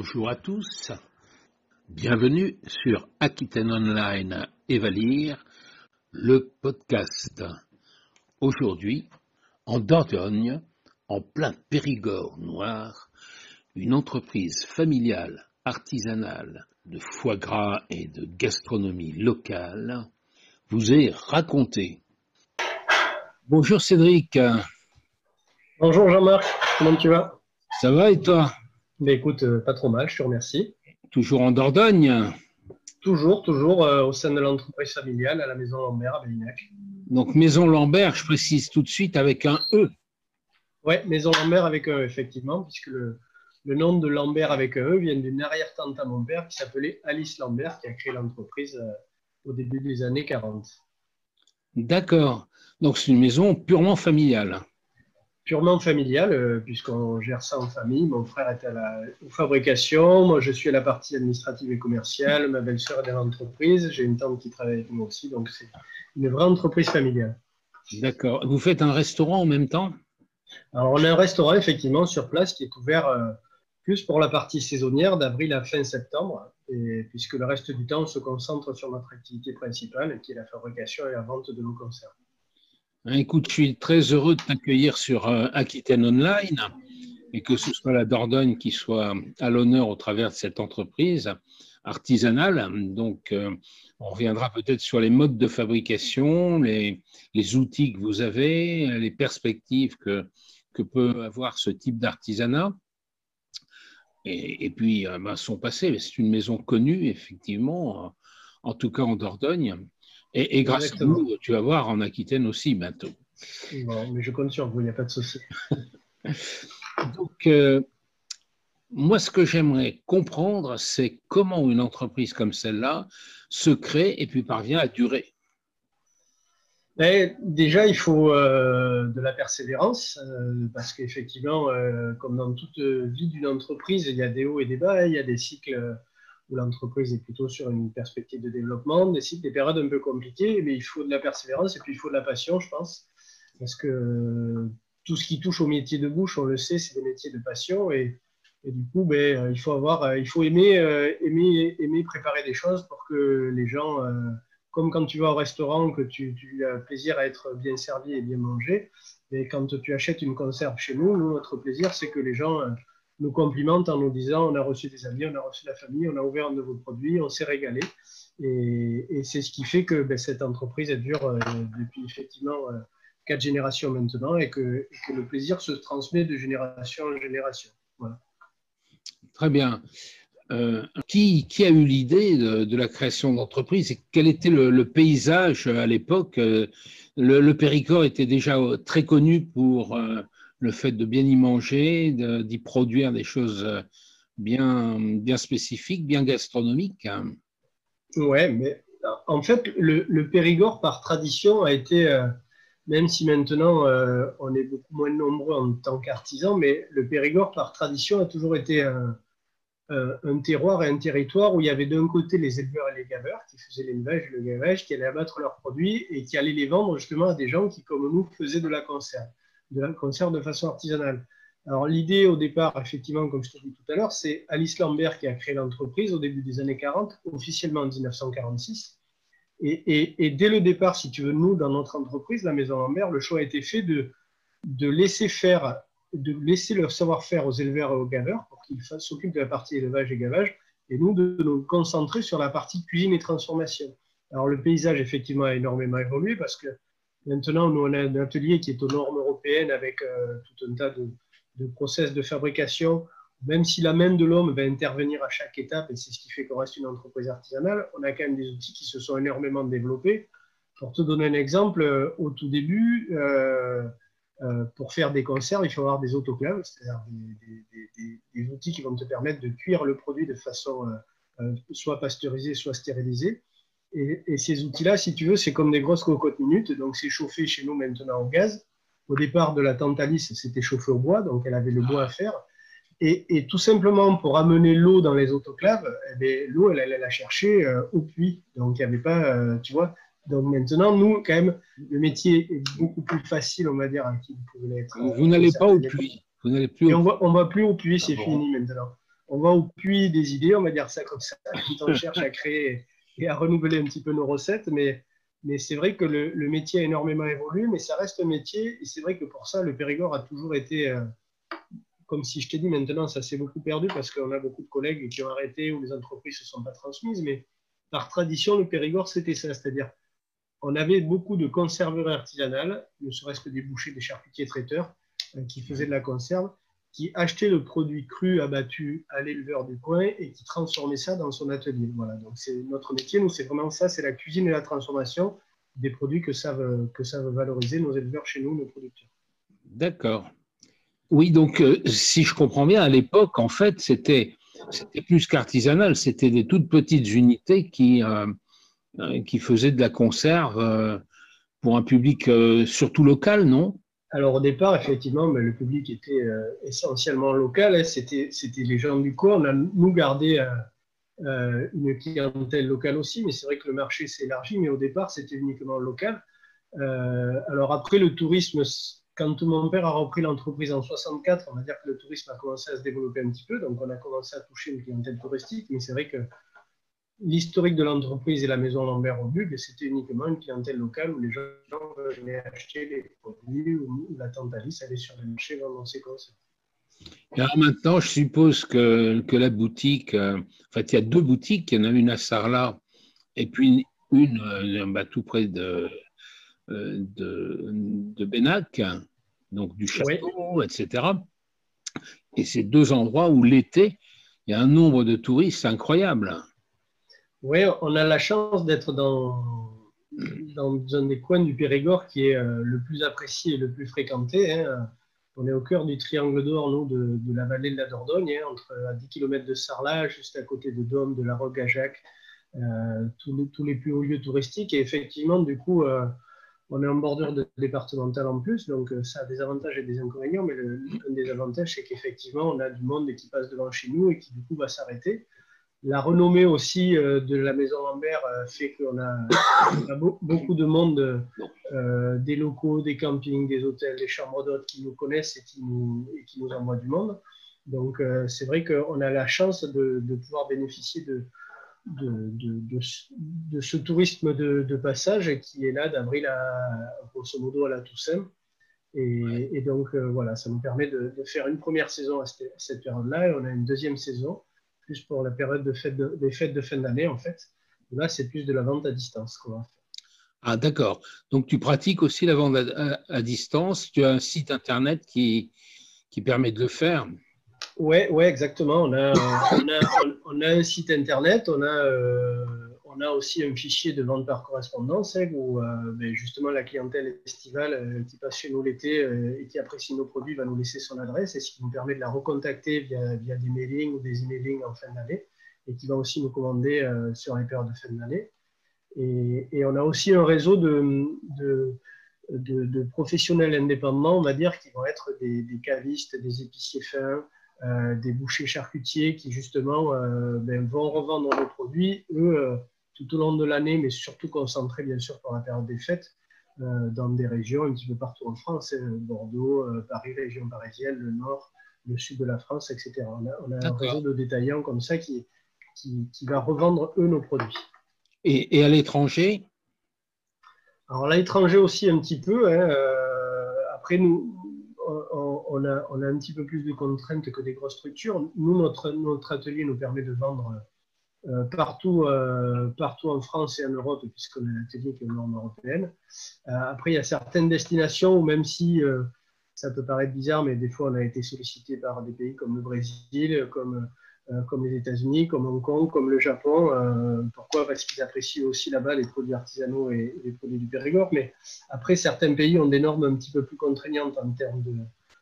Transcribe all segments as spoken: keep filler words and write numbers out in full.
Bonjour à tous, bienvenue sur Aquitaine Online et Valire, le podcast. Aujourd'hui, en Dordogne, en plein Périgord noir, une entreprise familiale, artisanale, de foie gras et de gastronomie locale vous est racontée. Bonjour Cédric. Bonjour Jean-Marc, comment tu vas? Ça va et toi? Ben écoute, euh, pas trop mal, je te remercie. Toujours en Dordogne? Toujours, toujours euh, au sein de l'entreprise familiale à la maison Lambert à Bellinac. Donc Maison Lambert, je précise tout de suite avec un E. Ouais, maison Lambert avec un E, effectivement, puisque le, le nom de Lambert avec un E vient d'une arrière-tante à mon père qui s'appelait Alice Lambert, qui a créé l'entreprise euh, au début des années quarante. D'accord, donc c'est une maison purement familiale. Purement familiale, euh, puisqu'on gère ça en famille. Mon frère est à la aux fabrications, moi je suis à la partie administrative et commerciale, ma belle-sœur est dans l'entreprise, j'ai une tante qui travaille avec nous aussi, donc c'est une vraie entreprise familiale. D'accord. Vous faites un restaurant en même temps? Alors on a un restaurant effectivement sur place qui est ouvert euh, plus pour la partie saisonnière d'avril à fin septembre, et, puisque le reste du temps on se concentre sur notre activité principale qui est la fabrication et la vente de nos conserves. Écoute, je suis très heureux de t'accueillir sur euh, Aquitaine Online et que ce soit la Dordogne qui soit à l'honneur au travers de cette entreprise artisanale. Donc, euh, on reviendra peut-être sur les modes de fabrication, les, les outils que vous avez, les perspectives que, que peut avoir ce type d'artisanat. Et, et puis, euh, ben, son passé, c'est une maison connue, effectivement, en tout cas en Dordogne. Et, et grâce Exactement. à nous, tu vas voir en Aquitaine aussi bientôt. Bon, mais je compte sur vous, il n'y a pas de souci. Donc, euh, moi, ce que j'aimerais comprendre, c'est comment une entreprise comme celle-là se crée et puis parvient à durer. Mais déjà, il faut euh, de la persévérance, euh, parce qu'effectivement, euh, comme dans toute vie d'une entreprise, il y a des hauts et des bas, il y a des cycles où l'entreprise est plutôt sur une perspective de développement, des cycles, des périodes un peu compliquées, mais il faut de la persévérance et puis il faut de la passion, je pense, parce que tout ce qui touche au métier de bouche, on le sait, c'est des métiers de passion, et, et du coup, ben, il faut avoir, il faut aimer, euh, aimer, aimer préparer des choses pour que les gens euh, comme quand tu vas au restaurant, que tu, tu as plaisir à être bien servi et bien mangé. Et quand tu achètes une conserve chez nous, nous, notre plaisir, c'est que les gens euh, nous complimentent en nous disant on a reçu des amis, on a reçu la famille, on a ouvert un de vos produits, on s'est régalé. Et, et c'est ce qui fait que ben, cette entreprise, elle dure euh, depuis effectivement euh, quatre générations maintenant et que, et que le plaisir se transmet de génération en génération. Voilà. Très bien. Euh, qui, qui a eu l'idée de, de la création d'entreprise et quel était le, le paysage à l'époque? le, le Périgord était déjà très connu pour euh, le fait de bien y manger, de, d'y produire des choses bien, bien spécifiques, bien gastronomiques. Ouais, mais en fait, le, le Périgord, par tradition, a été, euh, même si maintenant euh, on est beaucoup moins nombreux en tant qu'artisans, mais le Périgord, par tradition, a toujours été un, un, un terroir et un territoire où il y avait d'un côté les éleveurs et les gaveurs qui faisaient l'élevage et le gavage, qui allaient abattre leurs produits et qui allaient les vendre justement à des gens qui, comme nous, faisaient de la conserve, de la conserve de façon artisanale. Alors l'idée au départ, effectivement, comme je te dis tout à l'heure, c'est Alice Lambert qui a créé l'entreprise au début des années quarante, officiellement en dix-neuf cent quarante-six. Et, et, et dès le départ, si tu veux, nous, dans notre entreprise, la Maison Lambert, le choix a été fait de, de laisser faire, de laisser leur savoir-faire aux éleveurs et aux gaveurs pour qu'ils s'occupent de la partie élevage et gavage, et nous, de nous concentrer sur la partie cuisine et transformation. Alors le paysage, effectivement, a énormément évolué parce que maintenant, nous, on a un atelier qui est aux normes européennes avec euh, tout un tas de de process de fabrication, même si la main de l'homme va intervenir à chaque étape, et c'est ce qui fait qu'on reste une entreprise artisanale, on a quand même des outils qui se sont énormément développés. Pour te donner un exemple, euh, au tout début, euh, euh, pour faire des conserves, il faut avoir des autoclaves, c'est-à-dire des, des, des, des, outils qui vont te permettre de cuire le produit de façon euh, euh, soit pasteurisée, soit stérilisée. Et, et ces outils-là, si tu veux, c'est comme des grosses cocottes minutes, donc c'est chauffé chez nous maintenant au gaz. Au départ de la tante Alice, c'était chauffé au bois, donc elle avait le bois à faire. Et, et tout simplement, pour amener l'eau dans les autoclaves, eh bien, l'eau, elle allait la chercher euh, au puits. Donc, il n'y avait pas, euh, tu vois. Donc, maintenant, nous, quand même, le métier est beaucoup plus facile, on va dire, qu'il pouvait l'être. Vous n'allez pas au puits. Vous n'allez plus Et au on puits. va, on va plus au puits, c'est Ah bon. fini maintenant. on va au puits des idées, on va dire ça comme ça, quand on cherche à créer et à renouveler un petit peu nos recettes. Mais, mais c'est vrai que le, le métier a énormément évolué, mais ça reste un métier. Et c'est vrai que pour ça, le Périgord a toujours été, euh, comme si je t'ai dit maintenant, ça s'est beaucoup perdu parce qu'on a beaucoup de collègues qui ont arrêté ou les entreprises ne se sont pas transmises. Mais par tradition, le Périgord, c'était ça. C'est-à-dire, on avait beaucoup de conserveries artisanales, ne serait-ce que des bouchers, des charcutiers traiteurs, euh, qui faisaient de la conserve, qui achetaient le produit cru abattu à l'éleveur du coin et qui transformaient ça dans son atelier. Voilà, donc c'est notre métier, nous, c'est vraiment ça, c'est la cuisine et la transformation des produits que savent, que savent valoriser nos éleveurs chez nous, nos producteurs. D'accord. Oui, donc euh, si je comprends bien, à l'époque, en fait, c'était c'était plus qu'artisanal, c'était des toutes petites unités qui, euh, qui faisaient de la conserve euh, pour un public euh, surtout local, non? Alors au départ, effectivement, mais le public était euh, essentiellement local, hein, c'était, c'était les gens du coin. On a nous gardé euh, euh, une clientèle locale aussi, mais c'est vrai que le marché s'est élargi, mais au départ, c'était uniquement local. Euh, alors après, le tourisme, quand mon père a repris l'entreprise en soixante-quatre, on va dire que le tourisme a commencé à se développer un petit peu, donc on a commencé à toucher une clientèle touristique, mais c'est vrai que l'historique de l'entreprise et la maison Lambert au Bug, c'était uniquement une clientèle locale où les gens venaient acheter les produits, où la tante Alice allait sur le marché vendre ses concepts. Et alors maintenant, je suppose que, que la boutique, euh, en fait, il y a deux boutiques, il y en a une à Sarlat et puis une, euh, bah, tout près de, euh, de, de Benac, donc du Oui, château, et cetera. Et c'est deux endroits où l'été, il y a un nombre de touristes incroyable. oui, on a la chance d'être dans, dans un des coins du Périgord qui est euh, le plus apprécié et le plus fréquenté. Hein. On est au cœur du triangle d'or, nous, de, de la vallée de la Dordogne, hein, entre, à dix kilomètres de Sarlat, juste à côté de Dôme, de la Roque-Gajac, euh, tous, les, tous les plus hauts lieux touristiques. Et effectivement, du coup, euh, on est en bordure de départementale en plus, donc euh, ça a des avantages et des inconvénients, mais le, un des avantages, c'est qu'effectivement, on a du monde qui passe devant chez nous et qui, du coup, va s'arrêter. La renommée aussi euh, de la maison Lambert euh, fait qu'on a, on a be- beaucoup de monde, euh, des locaux, des campings, des hôtels, des chambres d'hôtes qui nous connaissent et qui nous, et qui nous envoient du monde. Donc, euh, c'est vrai qu'on a la chance de, de pouvoir bénéficier de, de, de, de, de ce tourisme de, de passage qui est là d'avril à, grosso modo, à la Toussaint. Et, et donc, euh, voilà, ça nous permet de, de faire une première saison à cette, à cette période-là et on a une deuxième saison, plus pour la période de fête de, des fêtes de fin d'année, en fait. Là, c'est plus de la vente à distance qu'on va faire. Ah, d'accord. Donc, tu pratiques aussi la vente à, à, à distance. Tu as un site internet qui, qui permet de le faire. Ouais, ouais, exactement. On a, on a, on a un site internet, on a, euh, on a aussi un fichier de vente par correspondance hein, où euh, ben, justement la clientèle estivale euh, qui passe chez nous l'été euh, et qui apprécie nos produits va nous laisser son adresse et ce qui nous permet de la recontacter via, via des mailings ou des emailings en fin d'année et qui va aussi nous commander euh, sur les périodes de fin d'année. Et, et on a aussi un réseau de, de De, de professionnels indépendants, on va dire, qui vont être des, des cavistes, des épiciers fins, euh, des bouchers charcutiers qui, justement, euh, ben, vont revendre nos produits, eux, euh, tout au long de l'année, mais surtout concentrés, bien sûr, pour la période des fêtes, euh, dans des régions un petit peu partout en France, hein, Bordeaux, euh, Paris, région parisienne, le Nord, le Sud de la France, et cetera. On a, on a un réseau de détaillants comme ça qui, qui, qui va revendre, eux, nos produits. Et, et à l'étranger? Alors, à l'étranger aussi, un petit peu. Hein, euh, après, nous, on, on, a, on a un petit peu plus de contraintes que des grosses structures. Nous, notre, notre atelier nous permet de vendre euh, partout, euh, partout en France et en Europe, puisqu'on a un atelier qui est aux normes européennes. Euh, après, il y a certaines destinations où, même si euh, ça peut paraître bizarre, mais des fois, on a été sollicité par des pays comme le Brésil, comme, euh, comme les États-Unis, comme Hong Kong, comme le Japon. Euh, pourquoi? Parce qu'ils apprécient aussi là-bas les produits artisanaux et, et les produits du Périgord. Mais après, certains pays ont des normes un petit peu plus contraignantes en termes de,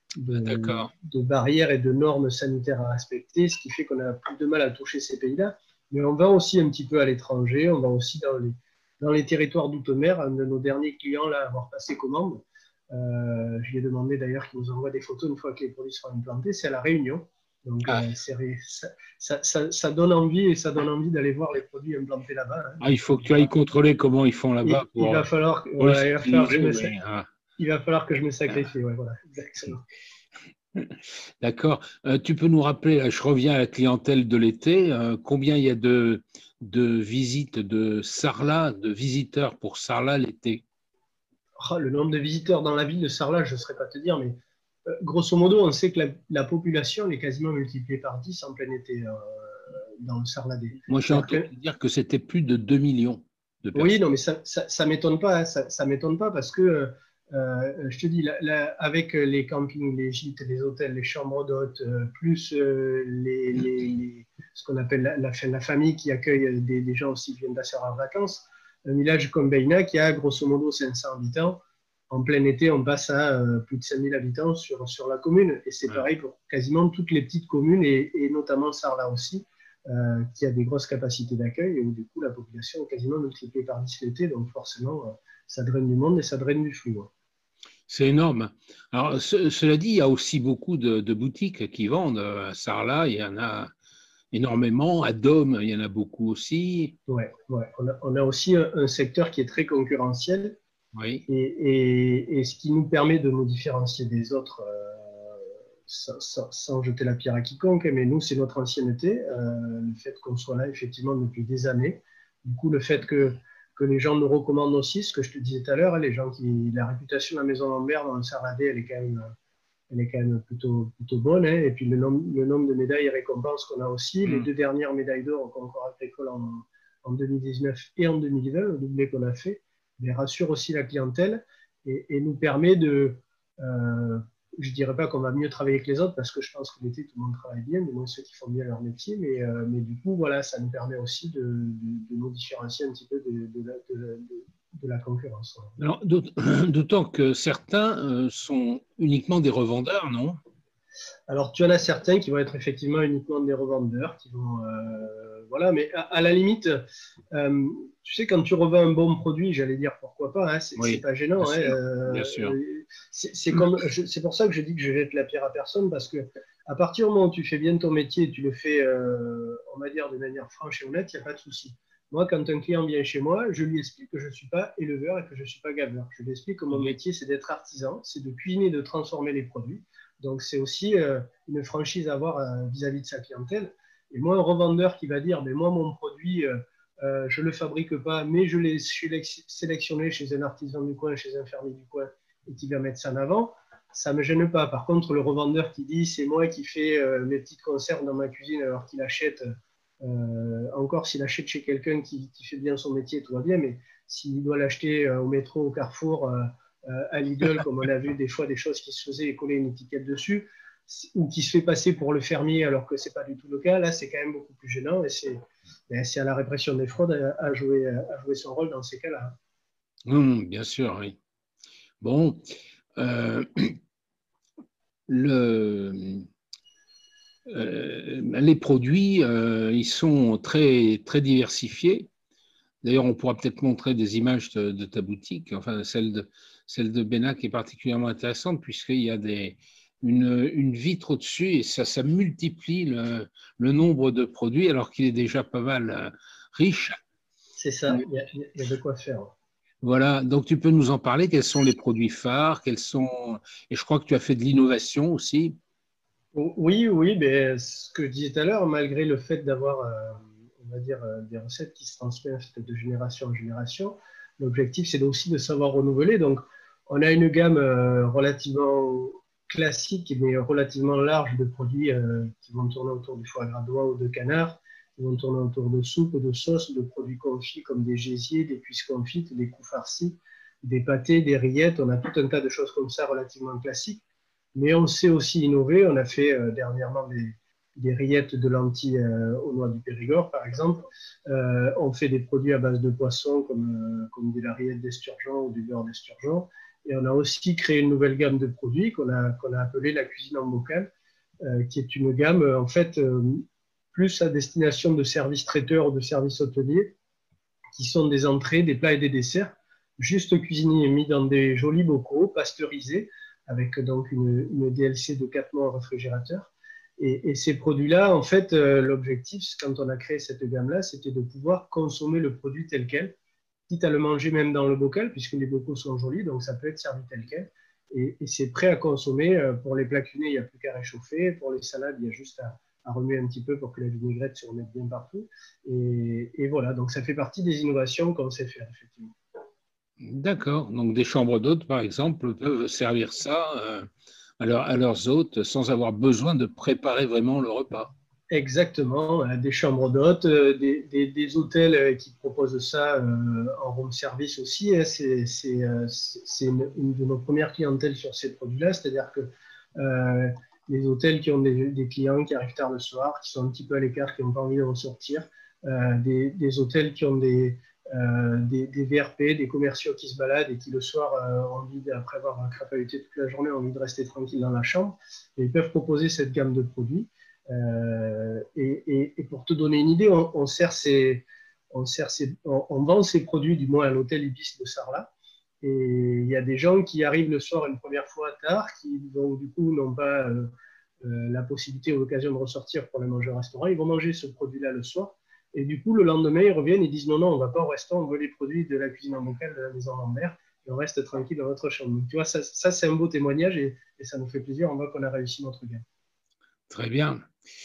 de, de barrières et de normes sanitaires à respecter, ce qui fait qu'on a plus de mal à toucher ces pays-là. Mais on va aussi un petit peu à l'étranger, on va aussi dans les, dans les territoires d'outre-mer. Un de nos derniers clients, là, avoir passé commande, euh, je lui ai demandé d'ailleurs qu'il nous envoie des photos une fois que les produits seront implantés, c'est à La Réunion. Donc, ah. euh, ça, ça, ça, ça donne envie et ça donne envie d'aller voir les produits implantés là-bas. Hein. Ah, il faut que tu ailles contrôler comment ils font là-bas. Il, il, va falloir, voilà, il, va falloir que je me, mais, ah. il va falloir que je me sacrifie. Ah. Ouais, voilà, exactement. D'accord. Euh, tu peux nous rappeler, là, je reviens à la clientèle de l'été, euh, combien il y a de, de visites de Sarlat, de visiteurs pour Sarlat l'été? Oh, le nombre de visiteurs dans la ville de Sarlat, je ne saurais pas te dire, mais euh, grosso modo, on sait que la, la population est quasiment multipliée par dix en plein été euh, dans le Sarladais. Moi, j'ai C'est-à-dire entendu que, dire que c'était plus de deux millions de oui, personnes. non, mais ça, ça, ça m'étonne pas, hein, ça, ça m'étonne pas parce que, euh, je te dis, la- la- avec les campings, les gîtes, les hôtels, les chambres d'hôtes, euh, plus euh, les, les- les- ce qu'on appelle la, la, la famille qui accueille des, des gens aussi qui viennent passer leurs vacances, un village comme Beina qui a grosso modo cinq cents habitants. En plein été, on passe à euh, plus de cinq mille habitants sur, sur la commune. Et c'est Ouais. pareil pour quasiment toutes les petites communes et, et notamment Sarlat aussi euh, qui a des grosses capacités d'accueil et où du coup la population est quasiment multipliée par dix l'été, donc forcément euh, ça draine du monde et ça draine du flux. Ouais. C'est énorme. Alors, ce- cela dit, il y a aussi beaucoup de, de boutiques qui vendent. À Sarlat, il y en a énormément. À Dôme, il y en a beaucoup aussi. Ouais, ouais. On, a, on a aussi un, un, secteur qui est très concurrentiel Oui. et, et, et ce qui nous permet de nous différencier des autres euh, sans, sans, sans, jeter la pierre à quiconque, mais nous, c'est notre ancienneté, euh, le fait qu'on soit là effectivement depuis des années. Du coup, le fait que, que les gens nous recommandent aussi, ce que je te disais tout à l'heure, les gens qui, la réputation de la Maison Lambert dans le Sarladais, elle est quand même, elle est quand même plutôt, plutôt bonne. Hein. Et puis le nombre, le nombre de médailles et récompenses qu'on a aussi, les Mm. deux dernières médailles d'or au concours agricole en, en deux mille dix-neuf et en deux mille vingt, le doublé qu'on a fait, mais rassure aussi la clientèle et, et nous permet de, euh, je ne dirais pas qu'on va mieux travailler que les autres parce que je pense que l'été tout le monde travaille bien, du moins ceux qui font bien leur métier, mais, euh, mais du coup voilà, ça nous permet aussi de, de, de nous différencier un petit peu de, de, la, de, de la concurrence. Alors, d'autant que certains euh, sont uniquement des revendeurs, non? Alors, tu en as certains qui vont être effectivement uniquement des revendeurs, qui vont, euh, voilà, mais à, à, la limite, euh, tu sais, quand tu revends un bon produit, j'allais dire pourquoi pas, hein, c'est Oui, pas gênant. bien Hein, sûr, bien euh, sûr. c'est comme, c'est pour ça que je dis que je jette la pierre à personne, parce que à partir du moment où tu fais bien ton métier, tu le fais, euh, on va dire, de manière franche et honnête, il n'y a pas de souci. Moi, quand un client vient chez moi, je lui explique que je ne suis pas éleveur et que je ne suis pas gaveur. Je lui explique que mon Oui. métier, c'est d'être artisan, c'est de cuisiner, de transformer les produits. Donc, c'est aussi euh, une franchise à avoir euh, vis-à-vis de sa clientèle. Et moi, un revendeur qui va dire, mais moi, mon produit, euh, euh, je ne le fabrique pas, mais je l'ai sélectionné chez un artisan du coin, chez un fermier du coin, et qui va mettre ça en avant, ça ne me gêne pas. Par contre, le revendeur qui dit, c'est moi qui fais euh, mes petites conserves dans ma cuisine alors qu'il achète, euh, encore s'il achète chez quelqu'un qui, qui, fait bien son métier, tout va bien, mais s'il doit l'acheter euh, au métro, au Carrefour, euh, à Lidl, comme on a vu des fois des choses qui se faisaient et coller une étiquette dessus, ou qui se fait passer pour le fermier alors que ce n'est pas du tout le cas, là c'est quand même beaucoup plus gênant et c'est ben, à la répression des fraudes à, à, jouer, à jouer son rôle dans ces cas-là. Mmh, bien sûr, oui. Bon, euh, le, euh, les produits, euh, ils sont très, très diversifiés. D'ailleurs, on pourra peut-être montrer des images de, de ta boutique, enfin celle de, celle de Benac est particulièrement intéressante puisqu'il y a des, une, une vitre au-dessus et ça, ça multiplie le, le nombre de produits alors qu'il est déjà pas mal euh, riche. C'est ça, il y, a, il y a de quoi faire. Voilà, donc tu peux nous en parler, quels sont les produits phares, quels sont... Et je crois que tu as fait de l'innovation aussi. Oui, oui, mais ce que je disais tout à l'heure, malgré le fait d'avoir, euh, on va dire, euh, des recettes qui se transmettent de génération en génération, l'objectif, c'est aussi de savoir renouveler. Donc, on a une gamme euh, relativement classique, mais relativement large de produits euh, qui vont tourner autour du foie gras d'oie ou de canard, qui vont tourner autour de soupes, de sauces, de produits confits comme des gésiers, des cuisses confites, des coups farcis, des pâtés, des rillettes. On a tout un tas de choses comme ça relativement classiques. Mais on sait aussi innover. On a fait euh, dernièrement des, des rillettes de lentilles euh, aux noix du Périgord, par exemple. Euh, on fait des produits à base de poisson, comme, euh, comme de la rillette d'esturgeon ou du beurre d'esturgeon. Et on a aussi créé une nouvelle gamme de produits qu'on a, qu'on a appelée la cuisine en bocal, euh, qui est une gamme, en fait, euh, plus à destination de services traiteurs ou de services hôteliers, qui sont des entrées, des plats et des desserts, juste cuisinés et mis dans des jolis bocaux, pasteurisés, avec donc une, une D L C de quatre mois en réfrigérateur. Et, et ces produits-là, en fait, euh, l'objectif, quand on a créé cette gamme-là, c'était de pouvoir consommer le produit tel quel, quitte à le manger même dans le bocal, puisque les bocaux sont jolis, donc ça peut être servi tel quel. et, et c'est prêt à consommer. Pour les plats cuisinés, il n'y a plus qu'à réchauffer. Pour les salades, il y a juste à, à remuer un petit peu pour que la vinaigrette se remette bien partout. Et, et voilà, donc ça fait partie des innovations qu'on sait faire, effectivement. D'accord. Donc des chambres d'hôtes, par exemple, peuvent servir ça euh, à, leur- à leurs hôtes sans avoir besoin de préparer vraiment le repas. Exactement, euh, des chambres d'hôtes, euh, des, des, des hôtels euh, qui proposent ça euh, en room service aussi. Hein. C'est c'est, euh, c'est une, une de nos premières clientèles sur ces produits-là, c'est-à-dire que euh, les hôtels qui ont des, des clients qui arrivent tard le soir, qui sont un petit peu à l'écart, qui n'ont pas envie de ressortir, euh, des, des hôtels qui ont des, euh, des, des V R P, des commerciaux qui se baladent et qui le soir euh, ont envie, après avoir crapahuté toute la journée, ont envie de rester tranquille dans la chambre. Et ils peuvent proposer cette gamme de produits. Euh, et, et, et, pour te donner une idée, on, on, sert ces, on, sert ces, on, on vend ces produits, du moins à l'hôtel Ibis de Sarlat. Et il y a des gens qui arrivent le soir une première fois tard, qui donc du coup n'ont pas euh, euh, la possibilité ou l'occasion de ressortir pour aller manger au restaurant. Ils vont manger ce produit-là le soir. Et du coup, le lendemain, ils reviennent et disent non, non, on ne va pas au restaurant, on veut les produits de la cuisine en bocal de la maison Lambert et on reste tranquille dans notre chambre. Donc, tu vois, ça, ça c'est un beau témoignage et, et ça nous fait plaisir. On voit qu'on a réussi notre gamme. Très bien.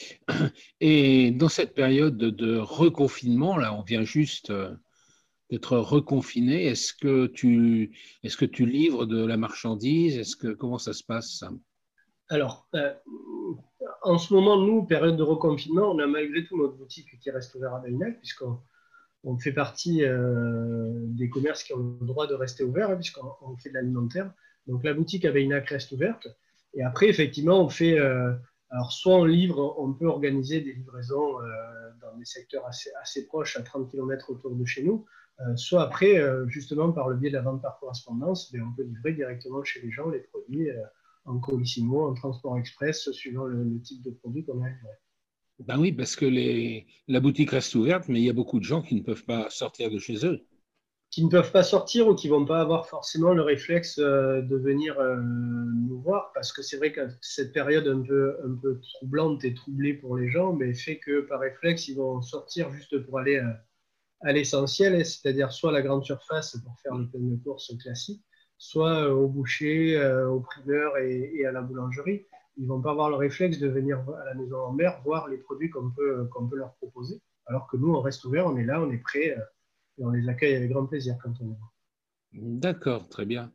Et dans cette période de, de reconfinement, là, on vient juste euh, d'être reconfiné. Est-ce que tu, est-ce que tu livres de la marchandise? Est-ce que, comment ça se passe, ça? Alors, euh, en ce moment, nous, période de reconfinement, on a malgré tout notre boutique qui reste ouverte à Baynac, puisqu'on on fait partie euh, des commerces qui ont le droit de rester ouverts, hein, puisqu'on on fait de l'alimentaire. Donc, la boutique à Baynac reste ouverte. Et après, effectivement, on fait. Euh, alors, soit on livre, on peut organiser des livraisons euh, dans des secteurs assez, assez proches, à trente kilomètres autour de chez nous. Euh, soit après, euh, justement, par le biais de la vente par correspondance, ben, on peut livrer directement chez les gens les produits euh, en colissimo, en transport express, suivant le, le type de produit qu'on a livré. Ben oui, parce que les, la boutique reste ouverte, mais il y a beaucoup de gens qui ne peuvent pas sortir de chez eux. Qui ne peuvent pas sortir ou qui vont pas avoir forcément le réflexe euh, de venir euh, nous voir, parce que c'est vrai que cette période un peu, un peu troublante et troublée pour les gens, mais fait que par réflexe, ils vont sortir juste pour aller à, à l'essentiel, c'est-à-dire soit à la grande surface pour faire le plein de courses classique, soit euh, au boucher, euh, au primeur et, et à la boulangerie. Ils vont pas avoir le réflexe de venir à la maison en mer voir les produits qu'on peut, qu'on peut leur proposer, alors que nous, on reste ouvert, on est là, on est prêt. Euh, et on les accueille avec grand plaisir quand on est. D'accord, très bien.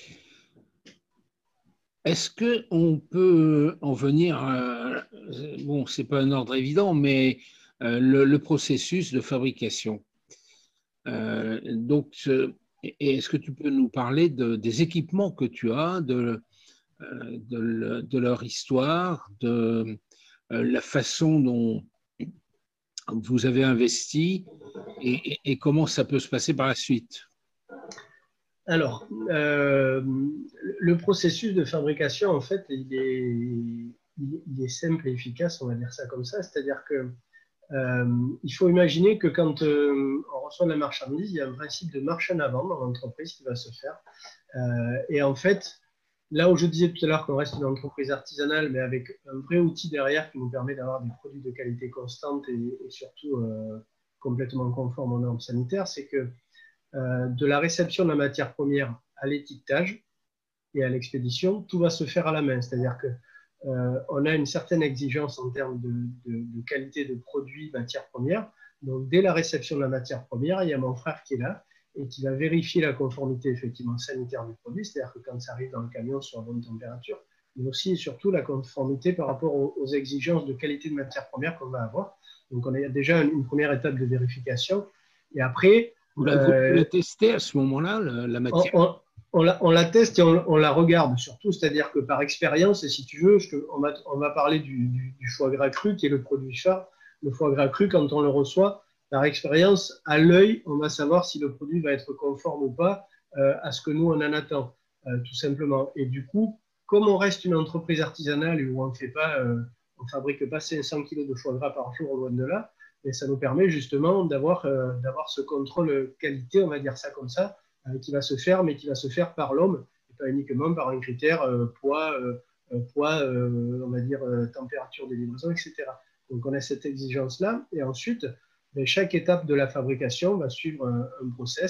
Est-ce que on peut en venir à, bon, c'est pas un ordre évident, mais euh, le, le processus de fabrication. Euh, donc, euh, est-ce que tu peux nous parler de, des équipements que tu as, de, euh, de, de leur histoire, de euh, la façon dont vous avez investi et, et, et comment ça peut se passer par la suite? Alors, euh, le processus de fabrication, en fait, il est, il est, simple et efficace, on va dire ça comme ça. C'est-à-dire que euh, il faut imaginer que quand euh, on reçoit de la marchandise, il y a un principe de marche en avant dans l'entreprise qui va se faire. Euh, et en fait, là où je disais tout à l'heure qu'on reste une entreprise artisanale, mais avec un vrai outil derrière qui nous permet d'avoir des produits de qualité constante et, et surtout euh, complètement conformes aux normes sanitaires, c'est que euh, de la réception de la matière première à l'étiquetage et à l'expédition, tout va se faire à la main. C'est-à-dire que euh, on a une certaine exigence en termes de, de, de qualité de produit, matière première. Donc, dès la réception de la matière première, il y a mon frère qui est là et qui va vérifier la conformité effectivement sanitaire du produit, c'est-à-dire que quand ça arrive dans le camion, sur la bonne température, mais aussi et surtout la conformité par rapport aux, aux exigences de qualité de matière première qu'on va avoir. Donc, on a déjà une première étape de vérification. Et après, Vous la, vous, vous euh, la testez à ce moment-là, la, la on, matière? on, on, la, on, la, teste et on, on, la regarde surtout, c'est-à-dire que par expérience, et si tu veux, je te, on, va, on va parler du, du, du foie gras cru, qui est le produit phare. Le foie gras cru, quand on le reçoit, par expérience, à l'œil, on va savoir si le produit va être conforme ou pas euh, à ce que nous, on en attend, euh, tout simplement. Et du coup, comme on reste une entreprise artisanale où on fait pas, euh, on fabrique pas cinq cents kilos de foie gras par jour, loin de là, et ça nous permet justement d'avoir euh, d'avoir ce contrôle qualité, on va dire ça comme ça, euh, qui va se faire, mais qui va se faire par l'homme, et pas uniquement par un critère euh, poids, euh, poids euh, on va dire euh, température de livraison, et cetera. Donc on a cette exigence-là, et ensuite, ben, chaque étape de la fabrication va suivre un, un process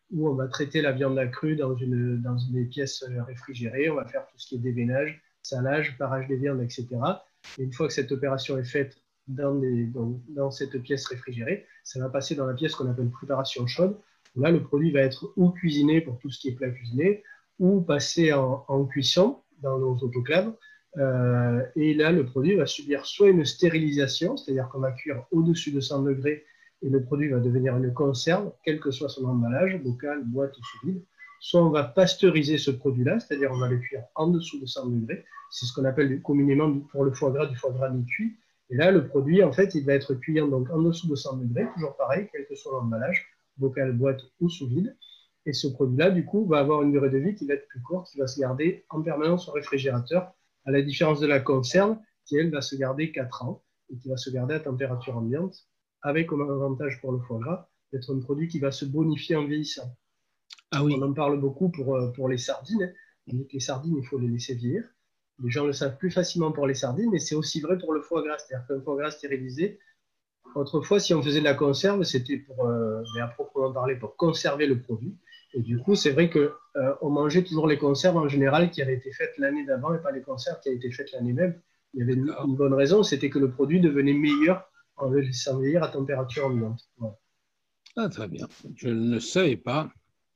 où on va traiter la viande à crue dans, une, dans des pièces réfrigérées, on va faire tout ce qui est déveinage, salage, parage des viandes, et cetera. Et une fois que cette opération est faite dans, des, dans, dans cette pièce réfrigérée, ça va passer dans la pièce qu'on appelle préparation chaude, où là, le produit va être ou cuisiné pour tout ce qui est plat cuisiné, ou passé en, en cuisson dans nos autoclaves. Euh, et là, le produit va subir soit une stérilisation, c'est-à-dire qu'on va cuire au-dessus de cent degrés et le produit va devenir une conserve, quel que soit son emballage, bocal, boîte ou sous vide. Soit on va pasteuriser ce produit-là, c'est-à-dire on va le cuire en dessous de cent degrés. C'est ce qu'on appelle communément pour le foie gras du foie gras mi-cuit. Et là, le produit, en fait, il va être cuit donc en dessous de cent degrés, toujours pareil, quel que soit l'emballage, bocal, boîte ou sous vide. Et ce produit-là, du coup, va avoir une durée de vie qui va être plus courte, qui va se garder en permanence au réfrigérateur, à la différence de la conserve, qui, elle, va se garder quatre ans et qui va se garder à température ambiante, avec comme avantage pour le foie gras d'être un produit qui va se bonifier en vieillissant. Ah oui. On en parle beaucoup pour, pour les sardines. On dit que les sardines, il faut les laisser vieillir. Les gens le savent plus facilement pour les sardines, mais c'est aussi vrai pour le foie gras. C'est-à-dire qu'un foie gras stérilisé, autrefois, si on faisait de la conserve, c'était pour, euh, à proprement parler, pour conserver le produit. Et du coup, c'est vrai qu'on euh, mangeait toujours les conserves en général qui avaient été faites l'année d'avant et pas les conserves qui avaient été faites l'année même. Il y avait une, une bonne raison, c'était que le produit devenait meilleur en le laissant vieillir à température ambiante. Voilà. Ah, très bien. Je ne savais pas.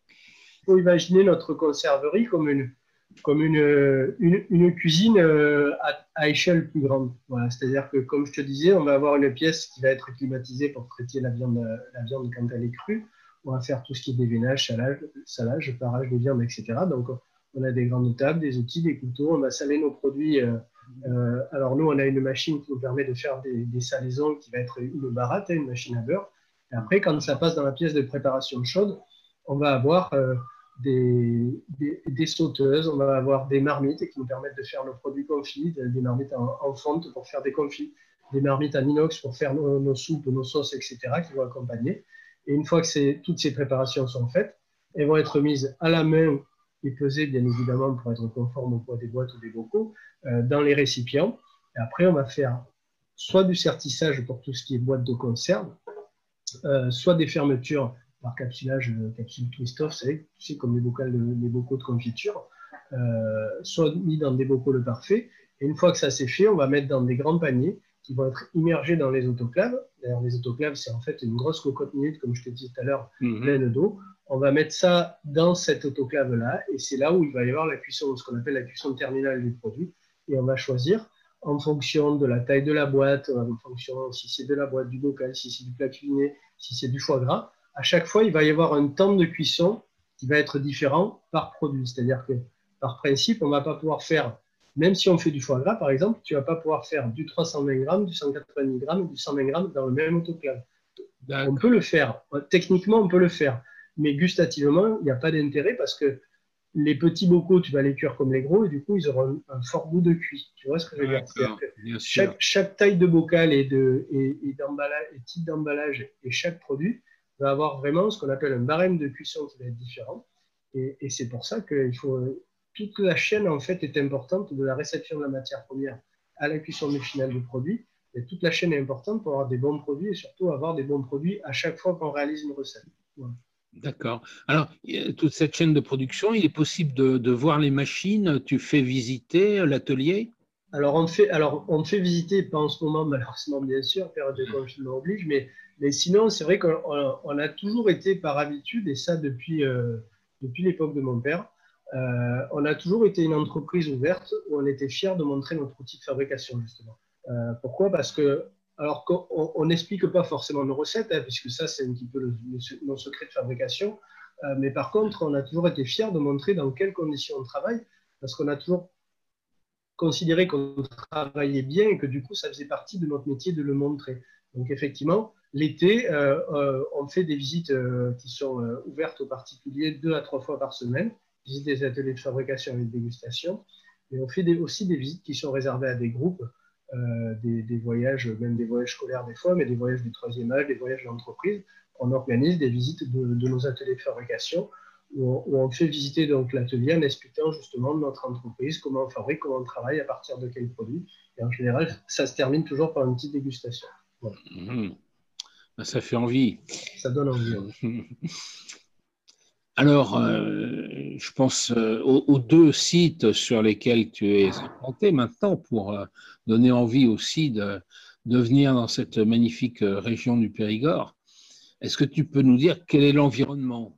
Il faut imaginer notre conserverie comme une, comme une, une, une cuisine à, à échelle plus grande. Voilà. C'est-à-dire que, comme je te disais, on va avoir une pièce qui va être climatisée pour traiter la viande, la viande quand elle est crue. On va faire tout ce qui est déveinage, salage, salage parage des viandes, et cetera. Donc, on a des grandes tables, des outils, des couteaux. On va saler nos produits. Euh, euh, alors, nous, on a une machine qui nous permet de faire des, des salaisons qui va être une baratte, une machine à beurre. Et après, quand ça passe dans la pièce de préparation chaude, on va avoir euh, des, des, des sauteuses, on va avoir des marmites qui nous permettent de faire nos produits confits, des marmites en, en fonte pour faire des confits, des marmites en inox pour faire nos, nos soupes, nos sauces, et cetera qui vont accompagner. Et une fois que toutes ces préparations sont faites, elles vont être mises à la main et pesées, bien évidemment, pour être conformes au poids des boîtes ou des bocaux, euh, dans les récipients. Et après, on va faire soit du sertissage pour tout ce qui est boîte de conserve, euh, soit des fermetures par capsulage, capsule twist-off, c'est tu sais, comme les, bocaux, les bocaux de confiture, euh, soit mis dans des bocaux le parfait. Et une fois que ça c'est fait, on va mettre dans des grands paniers qui vont être immergés dans les autoclaves. D'ailleurs, les autoclaves, c'est en fait une grosse cocotte minute, comme je t'ai dit tout à l'heure, mm-hmm. pleine d'eau. On va mettre ça dans cette autoclave-là, et c'est là où il va y avoir la cuisson, ce qu'on appelle la cuisson terminale du produit. Et on va choisir en fonction de la taille de la boîte, en fonction si c'est de la boîte, du bocal, si c'est du plat cuisiné, si c'est du foie gras. À chaque fois, il va y avoir un temps de cuisson qui va être différent par produit. C'est-à-dire que, par principe, on ne va pas pouvoir faire, même si on fait du foie gras, par exemple, tu ne vas pas pouvoir faire du trois cent vingt grammes, du cent quatre-vingt-dix grammes, du cent vingt grammes dans le même autoclave. On peut le faire. Techniquement, on peut le faire. Mais gustativement, il n'y a pas d'intérêt parce que les petits bocaux, tu vas les cuire comme les gros et du coup, ils auront un, un fort goût de cuit. Tu vois ce que je veux dire? Que chaque, chaque taille de bocal et, de, et, et, et type d'emballage et chaque produit va avoir vraiment ce qu'on appelle un barème de cuisson qui va être différent. Et, et c'est pour ça que il faut, toute la chaîne, en fait, est importante de la réception de la matière première à la cuisson finale du produit. Et toute la chaîne est importante pour avoir des bons produits et surtout avoir des bons produits à chaque fois qu'on réalise une recette. Voilà. D'accord. Alors, toute cette chaîne de production, il est possible de, de voir les machines. Tu fais visiter l'atelier? Alors on, fait, alors, on fait visiter, pas en ce moment, malheureusement, bien sûr, période de confinement oblige, mais, mais sinon, c'est vrai qu'on on a toujours été par habitude, et ça depuis, euh, depuis l'époque de mon père, euh, on a toujours été une entreprise ouverte où on était fiers de montrer notre outil de fabrication, justement. Euh, pourquoi? Parce que, alors qu'on n'explique pas forcément nos recettes, hein, puisque ça, c'est un petit peu le, le, nos secrets de fabrication, euh, mais par contre, on a toujours été fiers de montrer dans quelles conditions on travaille, parce qu'on a toujours considérer qu'on travaillait bien et que du coup, ça faisait partie de notre métier de le montrer. Donc, effectivement, l'été, euh, euh, on fait des visites euh, qui sont euh, ouvertes aux particuliers deux à trois fois par semaine, visite des ateliers de fabrication et de dégustation. Et on fait des, aussi des visites qui sont réservées à des groupes, euh, des, des voyages, même des voyages scolaires des fois, mais des voyages du troisième âge, des voyages d'entreprise. On organise des visites de, de nos ateliers de fabrication où on, où on fait visiter donc l'atelier en expliquant justement notre entreprise, comment on fabrique, comment on travaille, à partir de quels produits. Et en général, ça se termine toujours par une petite dégustation. Voilà. Mmh. Ça fait envie. Ça donne envie. Oui. Alors, euh, je pense euh, aux, aux deux sites sur lesquels tu es implanté maintenant pour euh, donner envie aussi de, de venir dans cette magnifique euh, région du Périgord. Est-ce que tu peux nous dire quel est l'environnement?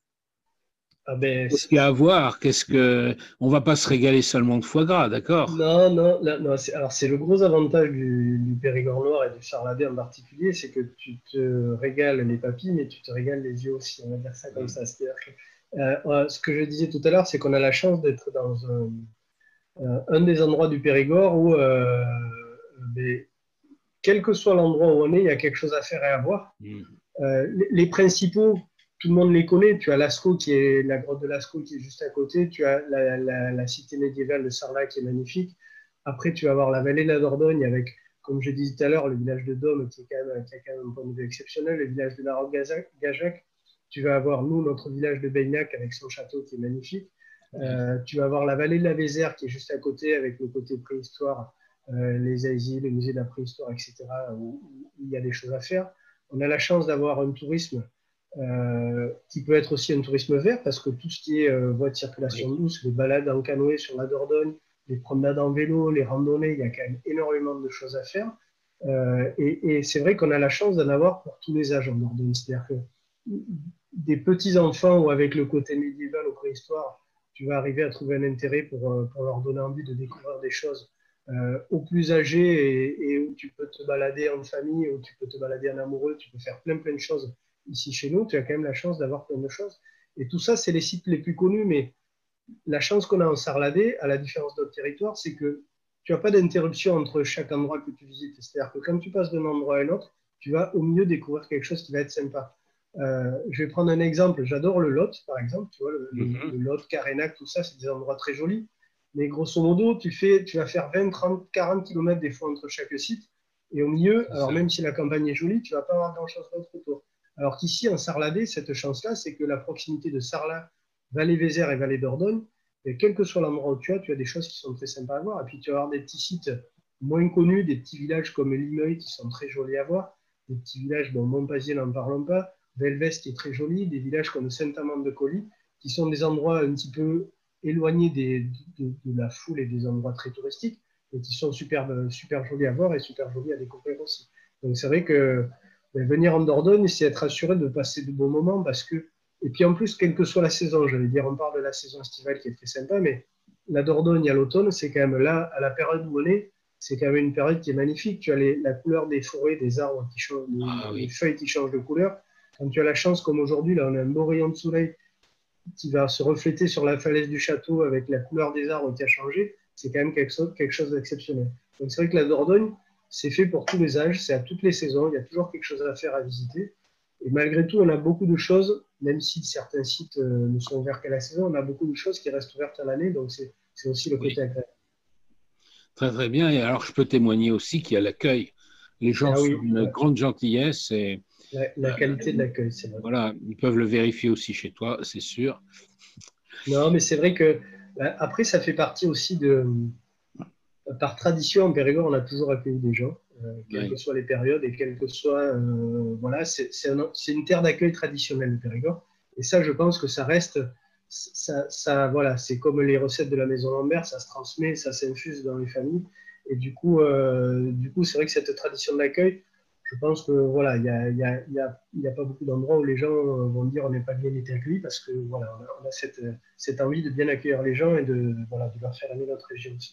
Ah ben, Qu'est-ce qu'il y a à voir? Qu'est-ce que... On va pas se régaler seulement de foie gras, d'accord? non, non, là, non, c'est- alors c'est le gros avantage du, du Périgord noir et du charladé en particulier, c'est que tu te régales les papilles, mais tu te régales les yeux aussi, on va dire ça comme ça. C'est-à-dire que, euh, euh, ce que je disais tout à l'heure, c'est qu'on a la chance d'être dans un, euh, un des endroits du Périgord où, euh, ben, quel que soit l'endroit où on est, il y a quelque chose à faire et à voir. Mm. Euh, les, les principaux, tout le monde les connaît. Tu as Lascaux, qui est la grotte de Lascaux, qui est juste à côté. Tu as la, la, la cité médiévale de Sarlat, qui est magnifique. Après, tu vas avoir la vallée de la Dordogne avec, comme je disais tout à l'heure, le village de Dôme, qui, est quand même, qui a quand même un point de vue exceptionnel, le village de la Roque-Gajac. Tu vas avoir, nous, notre village de Beignac avec son château qui est magnifique. Euh, tu vas avoir la vallée de la Vézère qui est juste à côté avec le côté préhistoire, euh, les asiles, le musée de la préhistoire, et cetera, où, où il y a des choses à faire. On a la chance d'avoir un tourisme euh, qui peut être aussi un tourisme vert parce que tout ce qui est euh, voie de circulation Oui. douce, les balades en canoë sur la Dordogne, les promenades en vélo, les randonnées, il y a quand même énormément de choses à faire. Euh, et, et c'est vrai qu'on a la chance d'en avoir pour tous les âges en Dordogne. C'est-à-dire que des petits enfants ou avec le côté médiéval ou préhistoire, tu vas arriver à trouver un intérêt pour, euh, pour leur donner envie de découvrir des choses euh, aux plus âgés et, et où tu peux te balader en famille, où tu peux te balader en amoureux, tu peux faire plein plein de choses ici chez nous. Tu as quand même la chance d'avoir plein de choses. Et tout ça, c'est les sites les plus connus, mais la chance qu'on a en Sarladé, à la différence d'autres territoires, c'est que tu n'as pas d'interruption entre chaque endroit que tu visites. C'est-à-dire que quand tu passes d'un endroit à un autre, tu vas au milieu découvrir quelque chose qui va être sympa. Euh, je vais prendre un exemple. J'adore le Lot, par exemple. Tu vois, le, le, Mhm. le Lot, Carénac, tout ça, c'est des endroits très jolis. Mais grosso modo, tu, fais, tu vas faire vingt, trente, quarante kilomètres des fois entre chaque site. Et au milieu, C'est alors ça. même si la campagne est jolie, tu ne vas pas avoir grand-chose d'autre autour. Alors qu'ici, en Sarladé, cette chance-là, c'est que la proximité de Sarlat, Vallée-Vézère et Vallée d'Ordogne, et quel que soit l'endroit où tu as, tu as des choses qui sont très sympas à voir. Et puis tu vas avoir des petits sites moins connus, des petits villages comme Limeuil qui sont très jolis à voir, des petits villages, bon, Montpazier, n'en parlons pas, Velvest qui est très joli, des villages comme Saint-Amand-de-Coly, qui sont des endroits un petit peu éloignés des, de, de, la foule et des endroits très touristiques, mais qui sont super, super jolis à voir et super jolis à découvrir aussi. Donc c'est vrai que ben, venir en Dordogne, c'est être assuré de passer de bons moments parce que et puis en plus, quelle que soit la saison, j'allais dire, on parle de la saison estivale qui est très sympa, mais la Dordogne à l'automne, c'est quand même là, à la période où on est, c'est quand même une période qui est magnifique. Tu as les, la couleur des forêts, des arbres qui changent, Ah les, les oui. feuilles qui changent de couleur. Quand tu as la chance, comme aujourd'hui, là, on a un beau rayon de soleil qui va se refléter sur la falaise du château avec la couleur des arbres qui a changé, c'est quand même quelque chose, quelque chose d'exceptionnel. Donc c'est vrai que la Dordogne, c'est fait pour tous les âges, c'est à toutes les saisons, il y a toujours quelque chose à faire, à visiter. Et malgré tout, on a beaucoup de choses, même si certains sites euh, ne sont ouverts qu'à la saison, on a beaucoup de choses qui restent ouvertes à l'année, donc c'est aussi le côté Oui. agréable. Très très bien. Et alors, je peux témoigner aussi qu'il y a l'accueil. Les gens Ah sont oui, d'une ouais, grande gentillesse et la, la qualité de l'accueil, c'est vrai. voilà, ils peuvent le vérifier aussi chez toi, c'est sûr. Non, mais c'est vrai que bah, après, ça fait partie aussi de, par tradition, en Périgord, on a toujours accueilli des gens, euh, quelles que Oui. soient les périodes et quelles que soient. Euh, voilà, c'est un, une terre d'accueil traditionnelle, le Périgord. Et ça, je pense que ça reste. Ça, ça, voilà, c'est comme les recettes de la maison Lambert, ça se transmet, ça s'infuse dans les familles. Et du coup, euh, du coup, c'est vrai que cette tradition de l'accueil, je pense que voilà, il n'y a, y a, y a, y a pas beaucoup d'endroits où les gens vont dire on n'est pas bien été accueillis parce que voilà, on a, on a cette, cette envie de bien accueillir les gens et de, voilà, de leur faire aimer notre région aussi.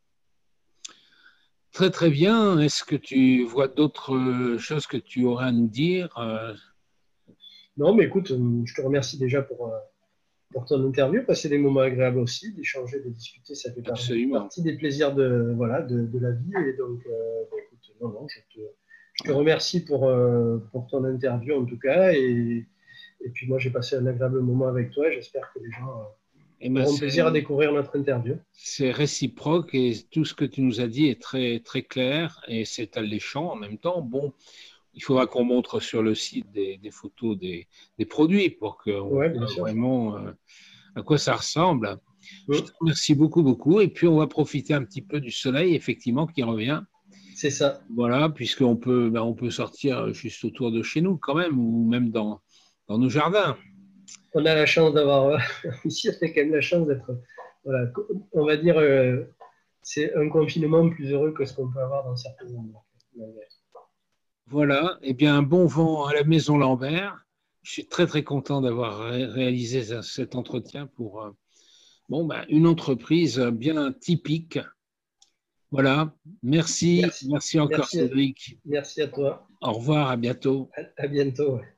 Très très bien. Est-ce que tu vois d'autres euh, choses que tu aurais à nous dire? Euh, Non, mais écoute, euh, je te remercie déjà pour, euh, pour ton interview. Passer des moments agréables aussi, d'échanger, de discuter, ça fait par- Absolument. partie des plaisirs de, voilà, de, de la vie. Et donc, euh, bah, écoute, non, non, je te, je te remercie pour, euh, pour ton interview en tout cas. Et, et puis moi, j'ai passé un agréable moment avec toi. J'espère que les gens Eh euh, ben, auront plaisir à c'est découvrir notre interview. c'est réciproque et tout ce que tu nous as dit est très très clair et c'est alléchant en même temps. Bon, il faudra qu'on montre sur le site des, des photos des, des produits pour qu'on Ouais, bien voit sûr. vraiment euh, à quoi ça ressemble. Je te Hum, remercie beaucoup, beaucoup. Et puis, on va profiter un petit peu du soleil, effectivement, qui revient. c'est ça. Voilà, puisqu'on peut, ben, on peut sortir juste autour de chez nous, quand même, ou même dans, dans nos jardins. On a la chance d'avoir, ici, on a quand même la chance d'être, voilà, on va dire, euh, c'est un confinement plus heureux que ce qu'on peut avoir dans certains endroits. Voilà, eh bien, un bon vent à la Maison Lambert. Je suis très, très content d'avoir ré réalisé cet entretien pour euh, bon, ben, une entreprise bien typique. Voilà, merci, Merci, merci encore merci, Cédric. merci à toi. Au revoir, à bientôt. À, à bientôt.